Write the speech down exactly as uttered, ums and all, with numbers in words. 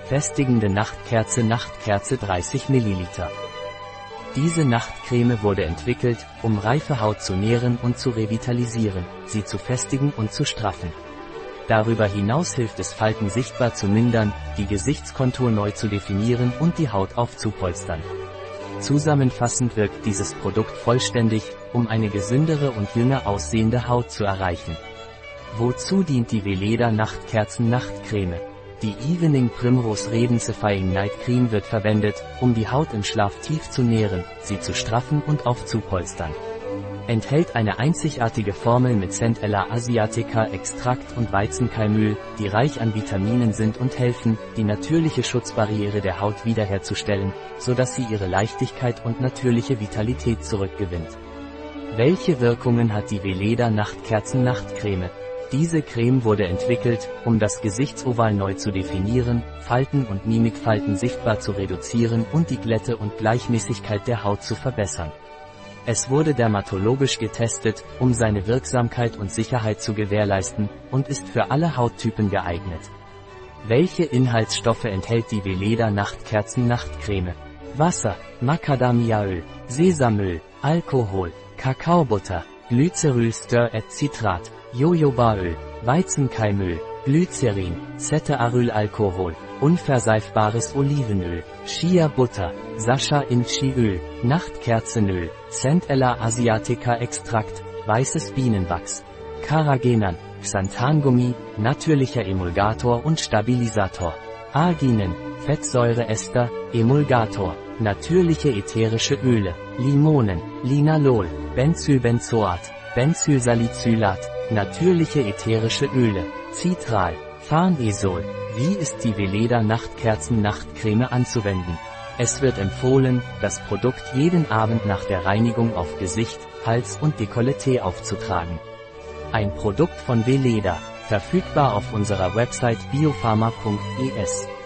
Festigende Nachtkerze Nachtkerze dreißig Milliliter. Diese Nachtcreme wurde entwickelt, um reife Haut zu nähren und zu revitalisieren, sie zu festigen und zu straffen. Darüber hinaus hilft es Falten sichtbar zu mindern, die Gesichtskontur neu zu definieren und die Haut aufzupolstern. Zusammenfassend wirkt dieses Produkt vollständig, um eine gesündere und jünger aussehende Haut zu erreichen. Wozu dient die Weleda Nachtkerzen Nachtcreme? Die Evening Primrose Redensifying Night Cream wird verwendet, um die Haut im Schlaf tief zu nähren, sie zu straffen und aufzupolstern. Enthält eine einzigartige Formel mit Centella asiatica Extrakt und Weizenkeimöl, die reich an Vitaminen sind und helfen, die natürliche Schutzbarriere der Haut wiederherzustellen, sodass sie ihre Leichtigkeit und natürliche Vitalität zurückgewinnt. Welche Wirkungen hat die Weleda Nachtkerzen Nachtcreme? Diese Creme wurde entwickelt, um das Gesichtsoval neu zu definieren, Falten und Mimikfalten sichtbar zu reduzieren und die Glätte und Gleichmäßigkeit der Haut zu verbessern. Es wurde dermatologisch getestet, um seine Wirksamkeit und Sicherheit zu gewährleisten, und ist für alle Hauttypen geeignet. Welche Inhaltsstoffe enthält die Weleda Nachtkerzen Nachtcreme? Wasser, Macadamiaöl, Sesamöl, Alkohol, Kakaobutter, Glycerylster-et-Citrat, Jojobaöl, Weizenkeimöl, Glycerin, Cetiarylalkohol, unverseifbares Olivenöl, Shea-Butter, Sacha-Inchi-Öl, Nachtkerzenöl, Centella asiatica Extrakt, weißes Bienenwachs, Carrageenan, Xanthangummi, natürlicher Emulgator und Stabilisator, Arginen, Fettsäureester, Emulgator, natürliche ätherische Öle, Limonen, Linalol, Benzylbenzoat, Benzylsalicylat, natürliche ätherische Öle, Citral, Farnesol. Wie ist die Weleda Nachtkerzen Nachtcreme anzuwenden? Es wird empfohlen, das Produkt jeden Abend nach der Reinigung auf Gesicht, Hals und Dekolleté aufzutragen. Ein Produkt von Weleda, verfügbar auf unserer Website biopharma punkt es.